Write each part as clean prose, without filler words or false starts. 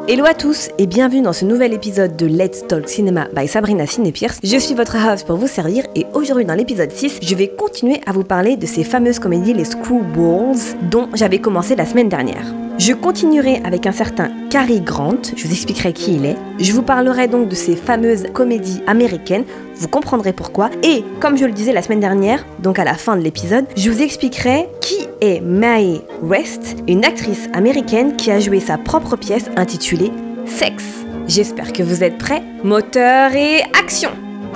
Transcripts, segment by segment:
Hello à tous et bienvenue dans ce nouvel épisode de Let's Talk Cinema by Sabrina Cinépierce. Je suis votre host pour vous servir et aujourd'hui dans l'épisode 6, je vais continuer à vous parler de ces fameuses comédies, les Screwballs, dont j'avais commencé la semaine dernière. Je continuerai avec un certain Cary Grant, je vous expliquerai qui il est. Je vous parlerai donc de ces fameuses comédies américaines, vous comprendrez pourquoi. Et comme je le disais la semaine dernière, donc à la fin de l'épisode, je vous expliquerai qui est Mae West, une actrice américaine qui a joué sa propre pièce intitulée Sex. J'espère que vous êtes prêts. Moteur et action!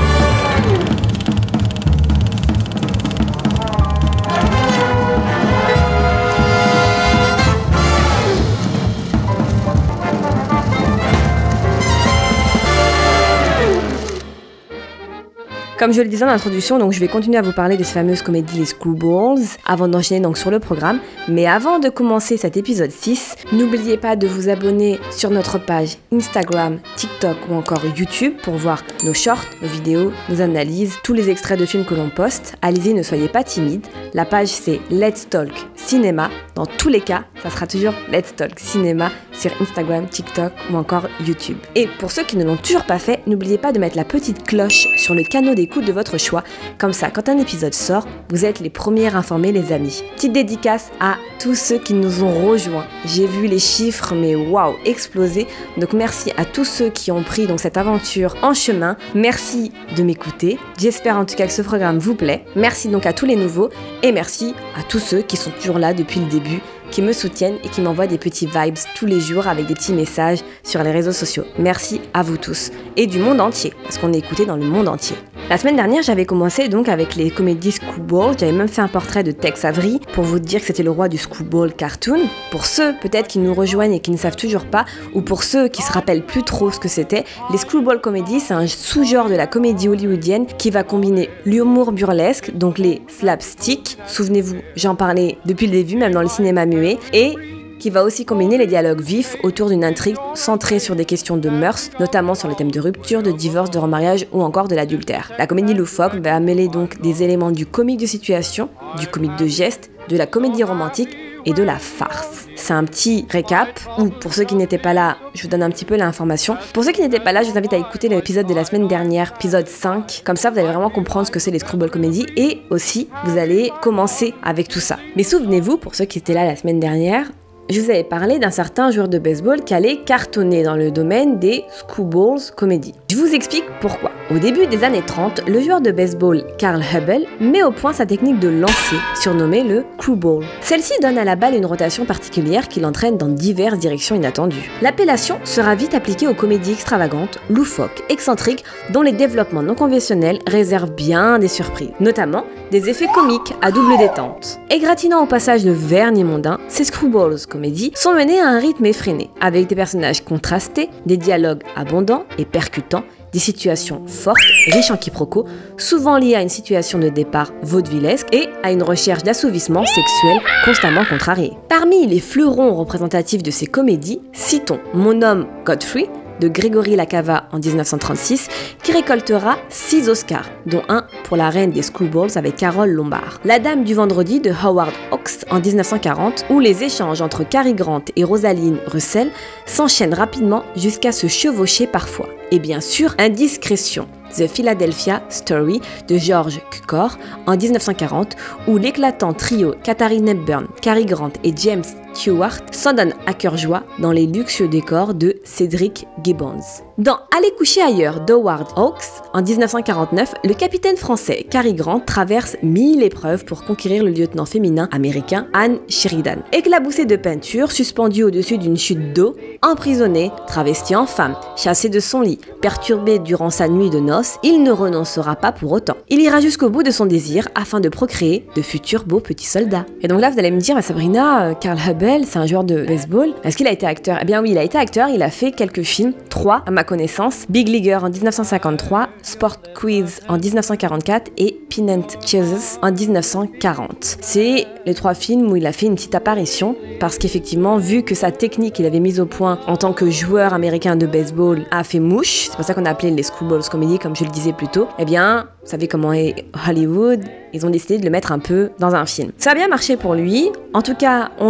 Comme je le disais en introduction, donc je vais continuer à vous parler de ces fameuses comédies, les Screwballs, avant d'enchaîner donc sur le programme. Mais avant de commencer cet épisode 6, n'oubliez pas de vous abonner sur notre page Instagram, TikTok ou encore YouTube pour voir nos shorts, nos vidéos, nos analyses, tous les extraits de films que l'on poste. Allez-y, ne soyez pas timides. La page c'est Let's Talk Cinéma. Dans tous les cas, ça sera toujours Let's Talk Cinéma sur Instagram, TikTok ou encore YouTube. Et pour ceux qui ne l'ont toujours pas fait, n'oubliez pas de mettre la petite cloche sur le canal d'écoute de votre choix. Comme ça, quand un épisode sort, vous êtes les premiers informés, les amis. Petite dédicace à tous ceux qui nous ont rejoints. J'ai vu les chiffres, mais waouh, exploser. Donc merci à tous ceux qui ont pris donc cette aventure en chemin. Merci de m'écouter. J'espère en tout cas que ce programme vous plaît. Merci donc à tous les nouveaux et merci à tous ceux qui sont toujours là depuis le début, qui me soutiennent et qui m'envoient des petits vibes tous les jours avec des petits messages sur les réseaux sociaux. Merci à vous tous et du monde entier, parce qu'on est écouté dans le monde entier. La semaine dernière, j'avais commencé donc avec les comédies Screwball. J'avais même fait un portrait de Tex Avery pour vous dire que c'était le roi du Screwball cartoon. Pour ceux peut-être qui nous rejoignent et qui ne savent toujours pas, ou pour ceux qui se rappellent plus trop ce que c'était, les Screwball comedies, c'est un sous-genre de la comédie hollywoodienne qui va combiner l'humour burlesque, donc les slapstick. Souvenez-vous, j'en parlais depuis le début, même dans le cinéma muet, et qui va aussi combiner les dialogues vifs autour d'une intrigue centrée sur des questions de mœurs, notamment sur les thèmes de rupture, de divorce, de remariage ou encore de l'adultère. La comédie loufoque va mêler donc des éléments du comique de situation, du comique de geste, de la comédie romantique et de la farce. C'est un petit récap, ou pour ceux qui n'étaient pas là, je vous donne un petit peu l'information. Pour ceux qui n'étaient pas là, je vous invite à écouter l'épisode de la semaine dernière, épisode 5. Comme ça, vous allez vraiment comprendre ce que c'est les Screwball Comedy et aussi, vous allez commencer avec tout ça. Mais souvenez-vous, pour ceux qui étaient là la semaine dernière, je vous avais parlé d'un certain joueur de baseball qui allait cartonner dans le domaine des Screwballs Comedy. Je vous explique pourquoi. Au début des années 30, le joueur de baseball Carl Hubbell met au point sa technique de lancer, surnommée le Screwball. Celle-ci donne à la balle une rotation particulière qui l'entraîne dans diverses directions inattendues. L'appellation sera vite appliquée aux comédies extravagantes, loufoques, excentriques, dont les développements non conventionnels réservent bien des surprises, notamment des effets comiques à double détente. Égratignant au passage de vernis mondain, ces Screwballs Comédies sont menées à un rythme effréné, avec des personnages contrastés, des dialogues abondants et percutants, des situations fortes, riches en quiproquos, souvent liées à une situation de départ vaudevillesque et à une recherche d'assouvissement sexuel constamment contrarié. Parmi les fleurons représentatifs de ces comédies, citons Mon homme Godfrey, de Grégory Lacava en 1936, qui récoltera 6 Oscars, dont un pour La Reine des Screwballs avec Carole Lombard. La Dame du Vendredi de Howard Hawks en 1940, où les échanges entre Cary Grant et Rosaline Russell s'enchaînent rapidement jusqu'à se chevaucher parfois. Et bien sûr, Indiscrétion, The Philadelphia Story de George Cukor en 1940, où l'éclatant trio Katharine Hepburn, Cary Grant et James Stewart s'en donne à cœur joie dans les luxueux décors de Cedric Gibbons. Dans Aller coucher ailleurs d'Howard Hawks, en 1949, le capitaine français Cary Grant traverse 1000 épreuves pour conquérir le lieutenant féminin américain Anne Sheridan. Éclaboussé de peinture, suspendu au-dessus d'une chute d'eau, emprisonné, travesti en femme, chassé de son lit, perturbé durant sa nuit de noces, il ne renoncera pas pour autant. Il ira jusqu'au bout de son désir afin de procréer de futurs beaux petits soldats. Et donc là, vous allez me dire, Sabrina, Carl Hubbell, c'est un joueur de baseball. Est-ce qu'il a été acteur? Eh bien oui, il a été acteur, il a fait quelques films, 3 à ma connaissance, Big Leaguer en 1953, Sport Quiz en 1944 et Peanut Chasers en 1940. C'est les 3 films où il a fait une petite apparition parce qu'effectivement, vu que sa technique qu'il avait mise au point en tant que joueur américain de baseball a fait mouche, c'est pour ça qu'on a appelé les Screwballs Comedy comme je le disais plus tôt, eh bien, vous savez comment est Hollywood, ils ont décidé de le mettre un peu dans un film. Ça a bien marché pour lui, en tout cas, on le retient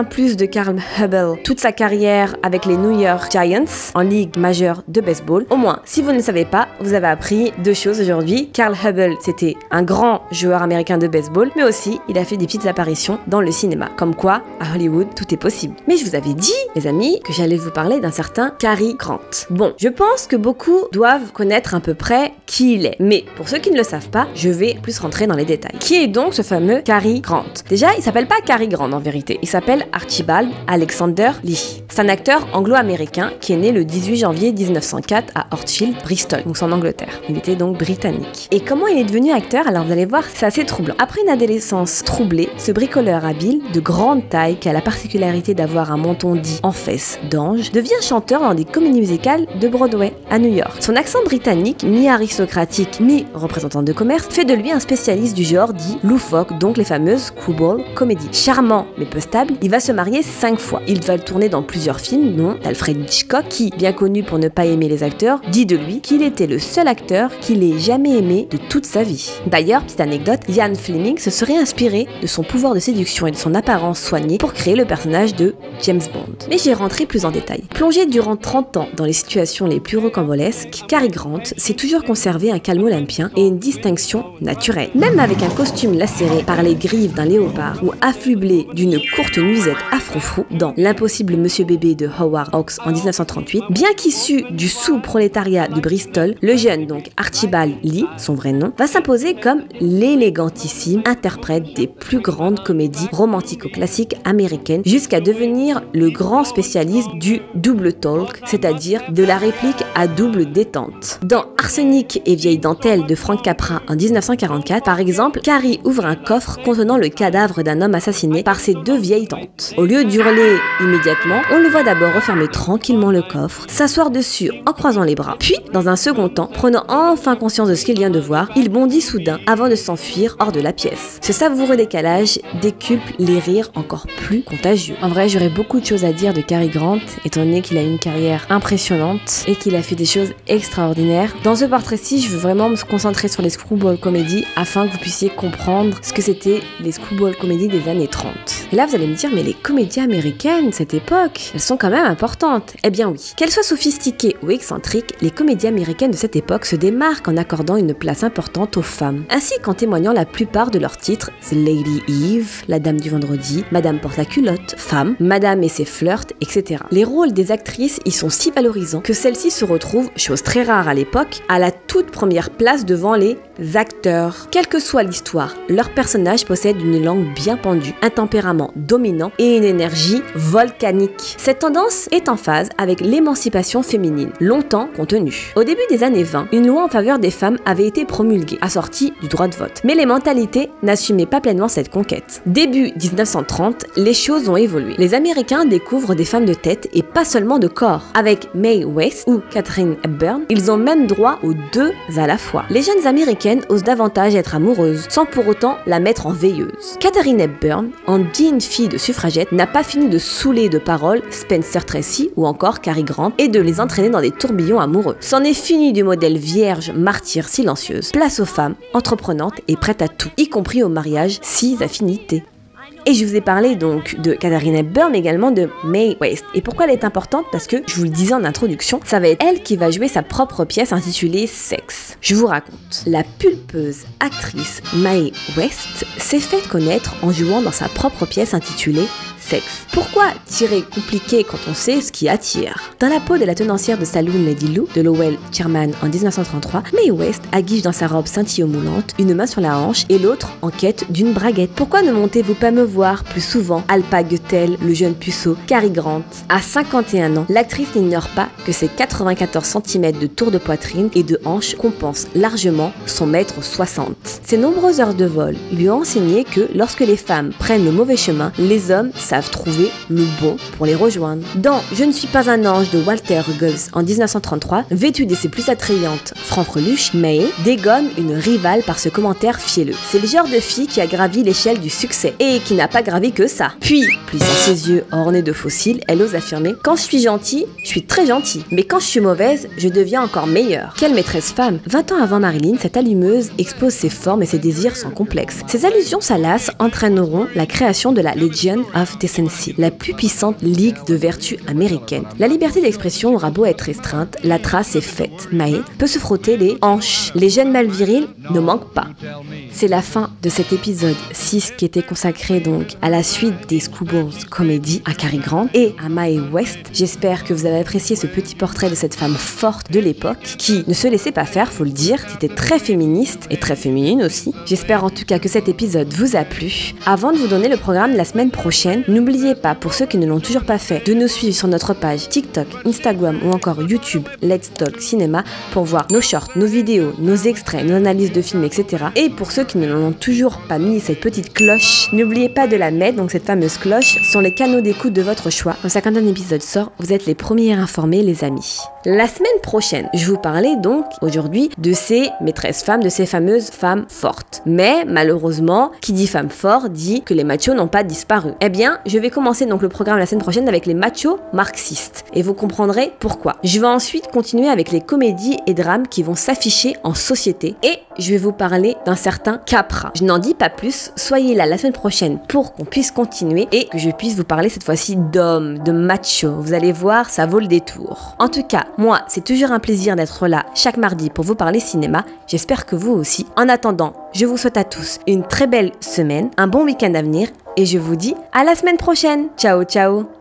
plus de Carl Hubbell toute sa carrière avec les New York Giants en ligue majeure de baseball. Au moins, si vous ne le savez pas, vous avez appris 2 choses aujourd'hui. Carl Hubbell, c'était un grand joueur américain de baseball, mais aussi il a fait des petites apparitions dans le cinéma. Comme quoi, à Hollywood, tout est possible. Mais je vous avais dit, les amis, que j'allais vous parler d'un certain Cary Grant. Bon, je pense que beaucoup doivent connaître à peu près qui il est. Mais pour ceux qui ne le savent pas, je vais plus rentrer dans les détails. Qui est donc ce fameux Cary Grant? Déjà, il s'appelle pas Cary Grant en vérité. Il s'appelle Archibald Alexander Lee. C'est un acteur anglo-américain qui est né le 18 janvier 1904 à Hortfield, Bristol, donc c'est en Angleterre. Il était donc britannique. Et comment il est devenu acteur? Alors vous allez voir, c'est assez troublant. Après une adolescence troublée, ce bricoleur habile, de grande taille, qui a la particularité d'avoir un menton dit en fesses d'ange, devient chanteur dans des comédies musicales de Broadway à New York. Son accent britannique, mi-aristocratique, mi-représentant de commerce, fait de lui un spécialiste du genre dit loufoque, donc les fameuses screwball comedies. Charmant mais peu stable, il va se marier 5 fois. Il va le tourner dans plusieurs films, dont Alfred Hitchcock, qui, bien connu pour ne pas aimer les acteurs, dit de lui qu'il était le seul acteur qu'il ait jamais aimé de toute sa vie. D'ailleurs, petite anecdote, Ian Fleming se serait inspiré de son pouvoir de séduction et de son apparence soignée pour créer le personnage de James Bond. Mais j'y rentrerai plus en détail. Plongé durant 30 ans dans les situations les plus rocambolesques, Cary Grant s'est toujours conservé un calme olympien et une distinction naturelle. Même avec un costume lacéré par les griffes d'un léopard ou affublé d'une courte nuisette afro-frou dans L'impossible Monsieur Bébé de Howard Hawks en 1938, bien qu'issu du sous-prolétariat de Bristol, le jeune donc Archibald Lee, son vrai nom, va s'imposer comme l'élégantissime interprète des plus grandes comédies romantico-classiques américaines jusqu'à devenir le grand spécialiste du double talk, c'est-à-dire de la réplique à double détente. Dans Arsenic et vieille dentelle de Frank Capra en 1944, par exemple, Cary ouvre un coffre contenant le cadavre d'un homme assassiné par ses 2 vieilles tantes. Au lieu d'hurler immédiatement, on le voit d'abord refermer tranquillement le coffre, s'asseoir dessus en croisant les bras, puis, dans un second temps, prenant enfin conscience de ce qu'il vient de voir, il bondit soudain avant de s'enfuir hors de la pièce. Ce savoureux décalage décuple les rires encore plus contagieux. En vrai, j'aurais beaucoup de choses à dire de Cary Grant, étant donné qu'il a une carrière impressionnante et qu'il a fait des choses extraordinaires. Dans ce portrait-ci, je veux vraiment me concentrer sur les screwball comedies afin que vous puissiez comprendre ce que c'était les screwball comedies des années 30. Et là, vous allez me dire, mais les comédies américaines, cette époque, elles sont quand même importantes. Eh bien oui. Qu'elles soient sophistiquées ou excentriques, les comédies américaines de cette époque se démarquent en accordant une place importante aux femmes, ainsi qu'en témoignant la plupart de leurs titres: The Lady Eve, La Dame du Vendredi, Madame porte la culotte, Femme, Madame et ses flirts, etc. Les rôles des actrices y sont si valorisants que celles-ci se retrouvent, chose très rare à l'époque, à la toute première place devant les acteurs. Quelle que soit l'histoire, leurs personnages possèdent une langue bien pendue, un tempérament dominant et une énergie volcanique. Cette tendance est en phase avec l'émancipation féminine, longtemps contenue. Au début des années 20, une loi en faveur des femmes avait été promulguée, assortie du droit de vote. Mais les mentalités n'assumaient pas pleinement cette conquête. Début 1930, les choses ont évolué. Les Américains découvrent des femmes de tête et pas seulement de corps. Avec Mae West ou Katharine Hepburn, ils ont même droit aux 2 à la fois. Les jeunes Américaines osent davantage être amoureuses, sans pour autant la mettre en veilleuse. Katharine Hepburn, en digne fille de suffragette, n'a pas fini de saouler de paroles Spencer Tracy ou encore Cary Grant et de les entraîner dans des tourbillons amoureux. C'en est fini du modèle vierge, martyre silencieuse. Place aux femmes, entreprenantes et prêtes à tout, y compris au mariage, 6 affinités. Et je vous ai parlé donc de Katharine Hepburn, mais également de Mae West. Et pourquoi elle est importante? Parce que, je vous le disais en introduction, ça va être elle qui va jouer sa propre pièce intitulée Sexe. Je vous raconte. La pulpeuse actrice Mae West s'est faite connaître en jouant dans sa propre pièce intitulée Sexe. Pourquoi tirer compliqué quand on sait ce qui attire? Dans la peau de la tenancière de saloon Lady Lou de Lowell Sherman en 1933, Mae West aguiche dans sa robe scintillot-moulante, une main sur la hanche et l'autre en quête d'une braguette. Pourquoi ne montez-vous pas me voir plus souvent, alpague-t-elle le jeune puceau Cary Grant? À 51 ans, l'actrice n'ignore pas que ses 94 cm de tour de poitrine et de hanche compensent largement son 1m60. Ses nombreuses heures de vol lui ont enseigné que lorsque les femmes prennent le mauvais chemin, les hommes savent trouver le bon pour les rejoindre. Dans Je ne suis pas un ange de Walter Ruggles en 1933, vêtue de ses plus attrayantes franfreluches, Mae dégomme une rivale par ce commentaire fielleux. C'est le genre de fille qui a gravi l'échelle du succès et qui n'a pas gravi que ça. Puis, plissant ses yeux ornés de fossiles, elle ose affirmer: quand je suis gentille, je suis très gentille, mais quand je suis mauvaise, je deviens encore meilleure. Quelle maîtresse femme! 20 ans avant Marilyn, cette allumeuse expose ses formes et ses désirs sans complexe. Ces allusions salaces entraîneront la création de la Legion of SNC, la plus puissante ligue de vertu américaine. La liberté d'expression aura beau être restreinte, la trace est faite. Mae peut se frotter les hanches. Les gènes mal virils ne manquent pas. C'est la fin de cet épisode 6 qui était consacré donc à la suite des Screwballs Comedy, à Cary Grant et à Mae West. J'espère que vous avez apprécié ce petit portrait de cette femme forte de l'époque qui ne se laissait pas faire, faut le dire, qui était très féministe et très féminine aussi. J'espère en tout cas que cet épisode vous a plu. Avant de vous donner le programme de la semaine prochaine, n'oubliez pas, pour ceux qui ne l'ont toujours pas fait, de nous suivre sur notre page TikTok, Instagram ou encore YouTube Let's Talk Cinéma pour voir nos shorts, nos vidéos, nos extraits, nos analyses de films, etc. Et pour ceux qui ne l'ont toujours pas mis cette petite cloche, n'oubliez pas de la mettre, donc cette fameuse cloche, sur les canaux d'écoute de votre choix. Quand un épisode sort, vous êtes les premiers informés, les amis. La semaine prochaine, je vous parlais donc aujourd'hui de ces maîtresses femmes, de ces fameuses femmes fortes. Mais malheureusement, qui dit femme forte dit que les machos n'ont pas disparu. Eh bien, je vais commencer donc le programme la semaine prochaine avec les machos marxistes. Et vous comprendrez pourquoi. Je vais ensuite continuer avec les comédies et drames qui vont s'afficher en société. Et je vais vous parler d'un certain Capra. Je n'en dis pas plus, soyez là la semaine prochaine pour qu'on puisse continuer et que je puisse vous parler cette fois-ci d'hommes, de machos. Vous allez voir, ça vaut le détour. En tout cas, moi, c'est toujours un plaisir d'être là chaque mardi pour vous parler cinéma. J'espère que vous aussi. En attendant, je vous souhaite à tous une très belle semaine, un bon week-end à venir et je vous dis à la semaine prochaine. Ciao, ciao!